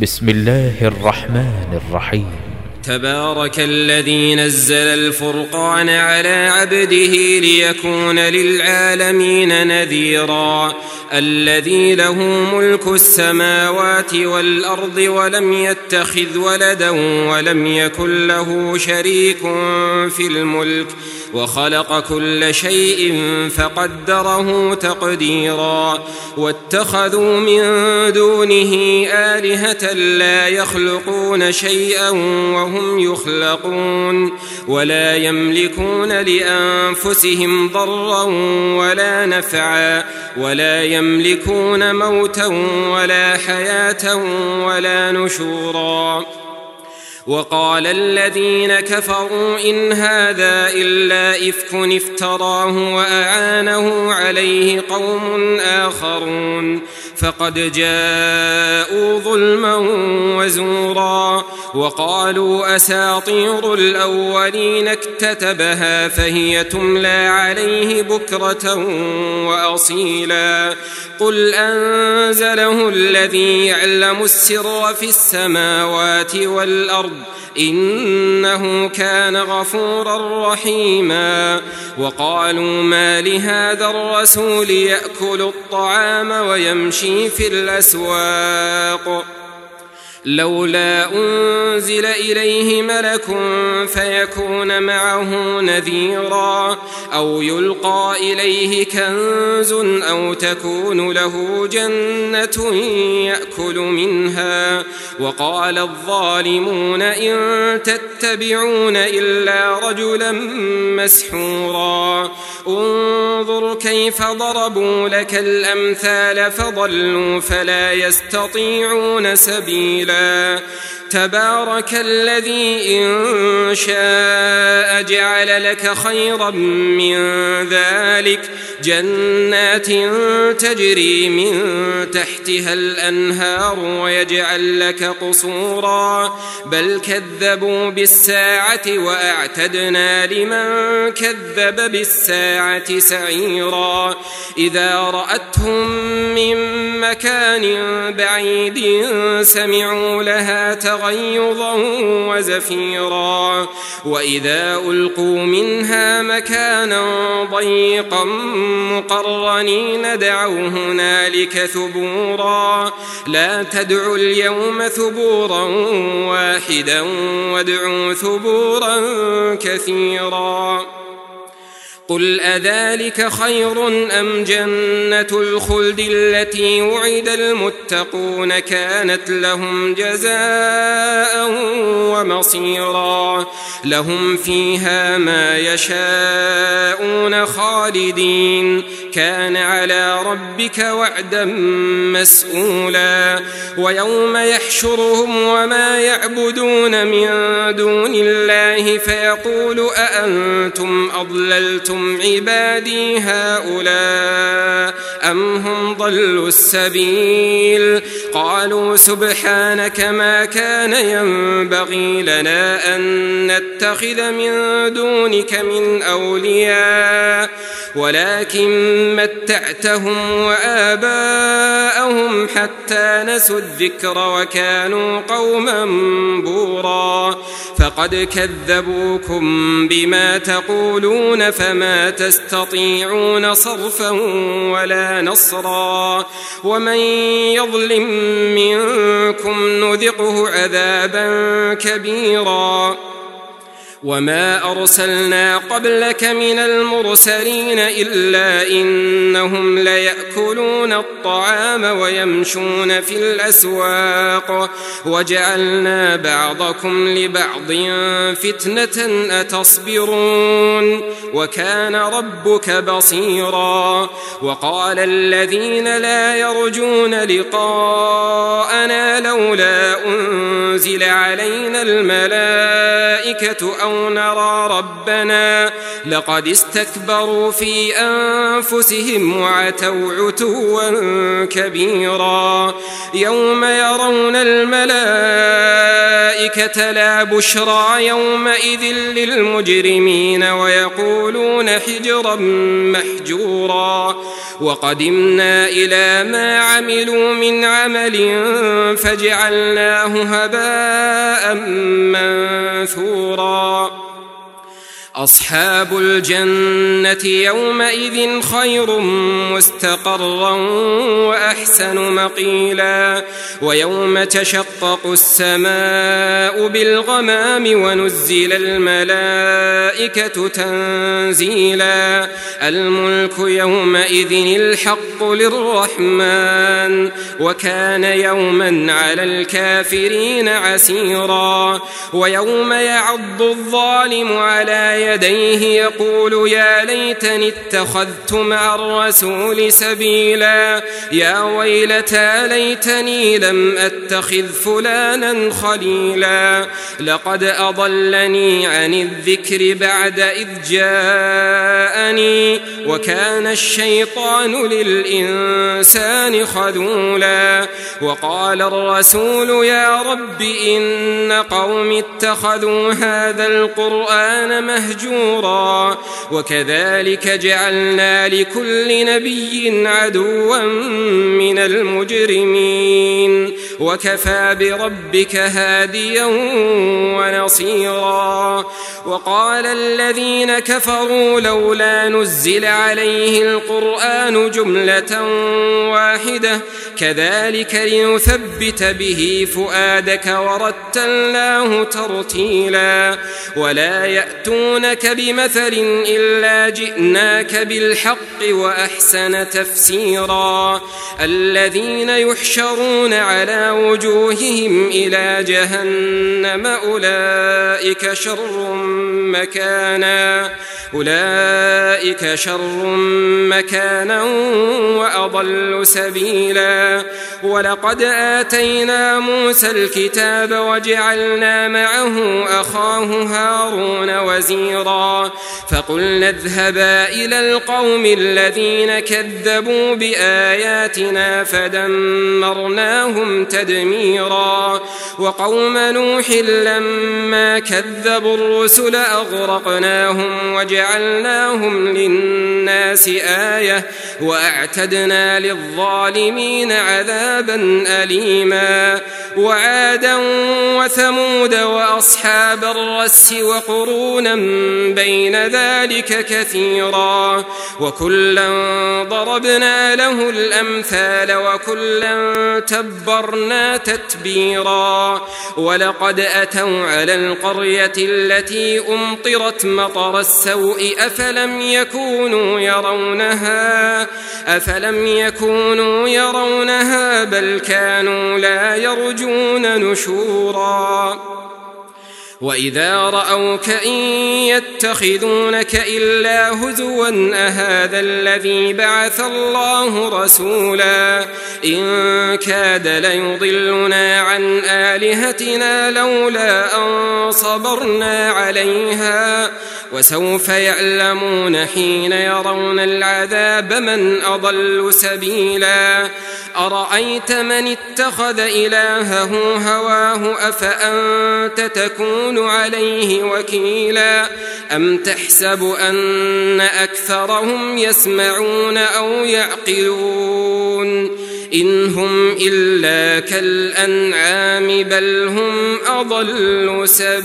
بسم الله الرحمن الرحيم. تبارك الذي نزل الفرقان على عبده ليكون للعالمين نذيرا الذي له ملك السماوات والأرض ولم يتخذ ولدا ولم يكن له شريك في الملك وخلق كل شيء فقدره تقديرا واتخذوا من دونه آلهة لا يخلقون شيئا وهم يخلقون ولا يملكون لأنفسهم ضرا ولا نفعا ولا يملكون موتا ولا حياة ولا نشورا. وقال الذين كفروا إن هذا إلا إفك افتراه وأعانه عليه قوم آخرون فقد جاءوا ظلما وزورا وقالوا أساطير الأولين اكتتبها فهي تملى عليه بكرة وأصيلا قل أنزله الذي يعلم السر في السماوات والأرض إنه كان غفورا رحيما. وقالوا ما لهذا الرسول يأكل الطعام ويمشي في الأسواق لولا أنزل إليه ملك فيكون معه نذيرا أو يلقى إليه كنز أو تكون له جنة يأكل منها. وقال الظالمون إن تتبعون إلا رجلا مسحورا انظر كيف ضربوا لك الأمثال فضلوا فلا يستطيعون سبيلا. تبارك الذي إن شاء جعل لك خيرا من ذلك جنات تجري من تحتها الأنهار ويجعل لك قصورا بل كذبوا بالساعة وأعتدنا لمن كذب بالساعة سعيرا. إذا رأتهم من مكان بعيد سمعوا لها تغيظا وزفيرا وإذا ألقوا منها مكانا ضيقا مقرنين دعوا هنالك ثبورا لا تدعوا اليوم ثبورا واحدا وادعوا ثبورا كثيرا. قل أذلك خير أم جنة الخلد التي وعد المتقون كانت لهم جزاء ومصيرا لهم فيها ما يشاءون خالدين كان على ربك وعدا مسئولا. ويوم يحشرهم وما يعبدون من دون الله فيقول أأنتم أضللتم عبادي هؤلاء أم هم ضلوا السبيل قالوا سبحانك ما كان ينبغي لنا أن نتخذ من دونك من أولياء ولكن متعتهم وآباءهم حتى نسوا الذكر وكانوا قوما بورا فقد كذبوكم بما تقولون فما تستطيعون صرفا ولا نصرا ومن يظلم منكم نذقه عذابا كبيرا. وما أرسلنا قبلك من المرسلين إلا إنهم ليأكلون الطعام ويمشون في الأسواق وجعلنا بعضكم لبعض فتنة أتصبرون وكان ربك بصيرا. وقال الذين لا يرجون لقاءنا لولا أنزل علينا الملائكة أو نرى ربنا لقد استكبروا في أنفسهم وعتوا عتوا كبيرا. يوم يرون الملائكة الملائكة لا بشرى يومئذ للمجرمين ويقولون حجرا محجورا وقدمنا إلى ما عملوا من عمل فجعلناه هباء منثورا أصحاب الجنة يومئذ خير مستقرا وأحسن مقيلا ويوم تشقق السماء بالغمام ونزل الملائكة تنزيلا الملك يومئذ الحق للرحمن وكان يوما على الكافرين عسيرا ويوم يعض الظالم على يديه يقول يا ليتني اتخذت مع الرسول سبيلا يا ويلتى ليتني لم أتخذ فلانا خليلا لقد أضلني عن الذكر بعد إذ جاءني وكان الشيطان للإنسان خذولا وقال الرسول يا رب إن قوم اتخذوا هذا القرآن مهجورا وكذلك جعلنا لكل نبي عدوا من المجرمين وكفى بربك هاديا ونصيرا وقال الذين كفروا لولا نزل عليه القرآن جملة واحدة كذلك لنثبت به فؤادك ورتلناه ترتيلا ولا يأتونك بمثل إلا جئناك بالحق وأحسن تفسيرا الذين يحشرون على وجوههم إلى جهنم أولئك شر مكانا وأضل سبيلا ولقد آتينا موسى الكتاب وجعلنا معه أخاه هارون وزيرا فقلنا اذهبا إلى القوم الذين كذبوا بآياتنا فدمرناهم تدميرا وقوم نوح لما كذبوا الرسل أغرقناهم وجعلناهم للناس آية وأعتدنا للظالمين عذابا أليما وعادا وثمود وأصحاب الرس وقرونا بين ذلك كثيرا وكلا ضربنا له الأمثال وكلا تبرنا تتبيرا ولقد أتوا على القرية التي أمطرت مطر السوء أفلم يكونوا يرونها بل كانوا لا يرجون نشورا وإذا رأوك إن يتخذونك إلا هزوا أهذا الذي بعث الله رسولا إن كاد ليضلنا عن آلهتنا لولا أن صبرنا عليها وسوف يعلمون حين يرون العذاب من أضل سبيلا أرأيت من اتخذ إلهه هواه أفأنت تكون عليه وكيلا أم تحسب أن أكثرهم يسمعون أو يعقلون إن هم إلا كالأنعام بل هم أضل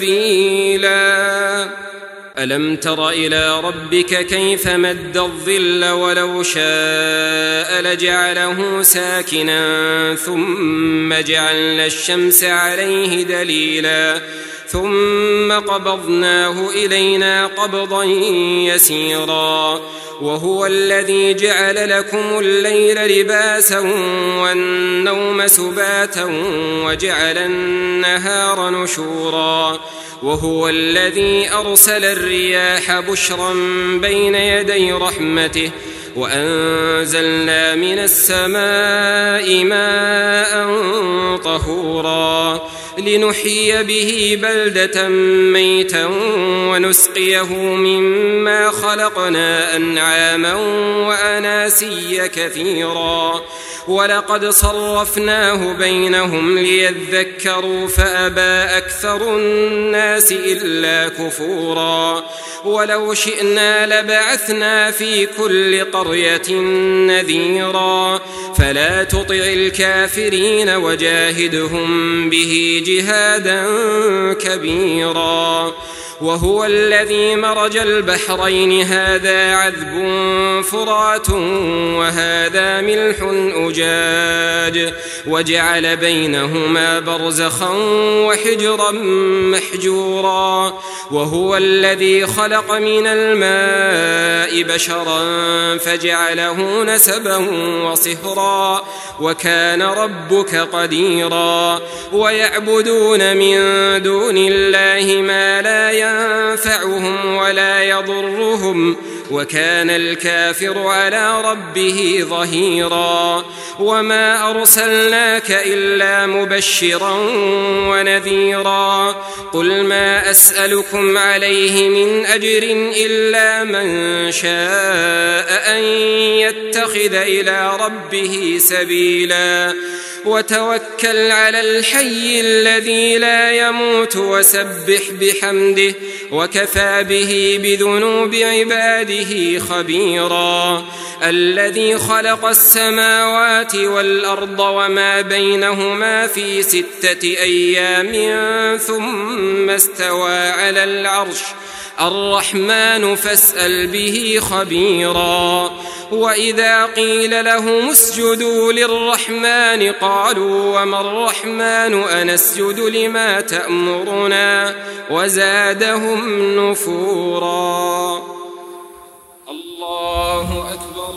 سبيلا ألم تر إلى ربك كيف مد الظل ولو شاء لجعله ساكنا ثم جعلنا الشمس عليه دليلا ثم قبضناه إلينا قبضا يسيرا وهو الذي جعل لكم الليل لباسا والنوم سباتا وجعل النهار نشورا وهو الذي أرسل الرياح بشرا بين يدي رحمته وأنزلنا من السماء ماء طهورا لنحيي به بلدة ميتا ونسقيه مما خلقنا أنعاما وأناسيا كثيرا ولقد صرفناه بينهم ليذكروا فأبى أكثر الناس إلا كفورا ولو شئنا لبعثنا في كل قرية نذيرا فلا تطع الكافرين وجاهدهم به جهادا كبيرا وهو الذي مرج البحرين هذا عذب فرات وهذا ملح أجاج وجعل بينهما برزخا وحجرا محجورا وهو الذي خلق من الماء بشرا فجعله نسبا وصهرا وكان ربك قديرا ويعبدون من دون الله ما لا ينفعهم ولا يضرهم وكان الكافر على ربه ظهيرا وما أرسلناك إلا مبشرا ونذيرا قل ما أسألكم عليه من أجر إلا من شاء أن يتخذ إلى ربه سبيلا وتوكل على الحي الذي لا يموت وسبح بحمده وكفى به بذنوب عباده خبيرا الذي خلق السماوات والأرض وما بينهما في 6 أيام ثم استوى على العرش الرحمن فاسأل به خبيرا وإذا قيل لهم اسجدوا للرحمن قالوا وما الرحمن أنسجد لما تأمرنا وزادهم نفورا الله أكبر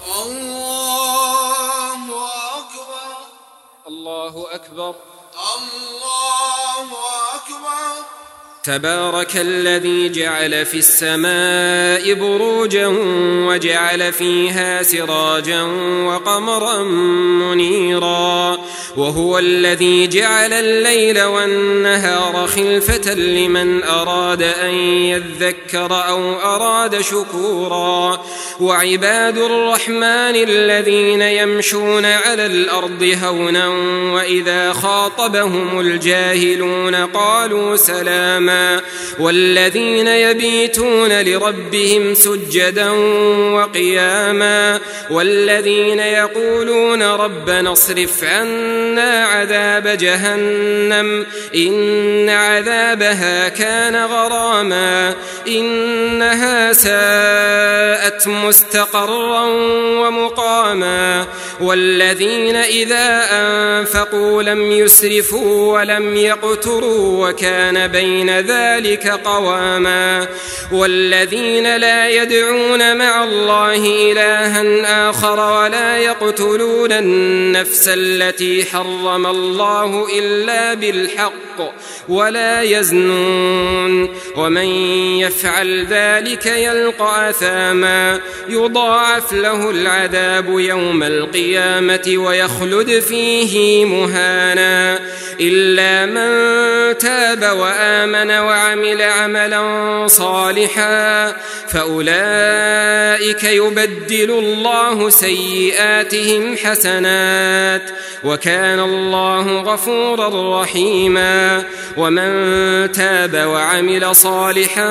الله أكبر الله أكبر الله أكبر تبارك الذي جعل في السماء بروجا وجعل فيها سراجا وقمرا منيرا وهو الذي جعل الليل والنهار خلفة لمن أراد أن يذكر أو أراد شكورا وعباد الرحمن الذين يمشون على الأرض هونا وإذا خاطبهم الجاهلون قالوا سلاما والذين يبيتون لربهم سجدا وقياما والذين يقولون ربنا اصرف عنا عذاب جهنم إن عذابها كان غراما إنها ساءت مستقرا ومقاما والذين إذا أنفقوا لم يسرفوا ولم يقتروا وكان بين ذلك قواما والذين لا يدعون مع الله إلها آخر ولا يقتلون النفس التي حرم الله إلا بالحق ولا يزنون ومن يفعل ذلك يلقى أثاما يضاعف له العذاب يوم القيامة ويخلد فيه مهانا إلا من تاب وآمن وعمل عملا صالحا فأولئك يبدل الله سيئاتهم حسنات وكان الله غفورا رحيما ومن تاب وعمل صالحا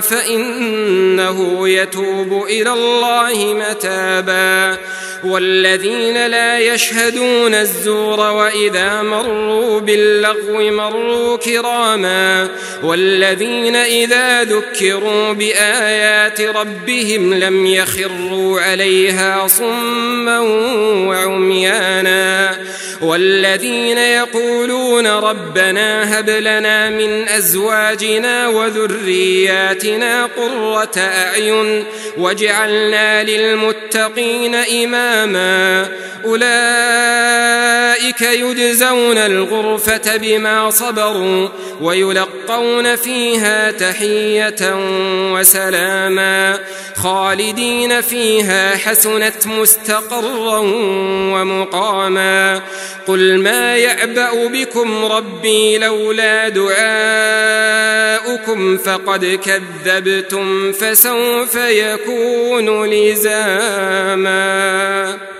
فإنه يتوب إلى الله متابا والذين لا يشهدون الزور وإذا مروا باللغو مروا كراما والذين إذا ذكروا بآيات ربهم لم يخروا عليها صما وعميانا والذين يقولون ربنا هب لنا من أزواجنا وذرياتنا قرة أعين واجعلنا للمتقين إماما أولئك أولئك يجزون الغرفة بما صبروا ويلقون فيها تحية وسلاما خالدين فيها حسنت مستقرا ومقاما قل ما يعبأ بكم ربي لولا دعاؤكم فقد كذبتم فسوف يكون لزاما.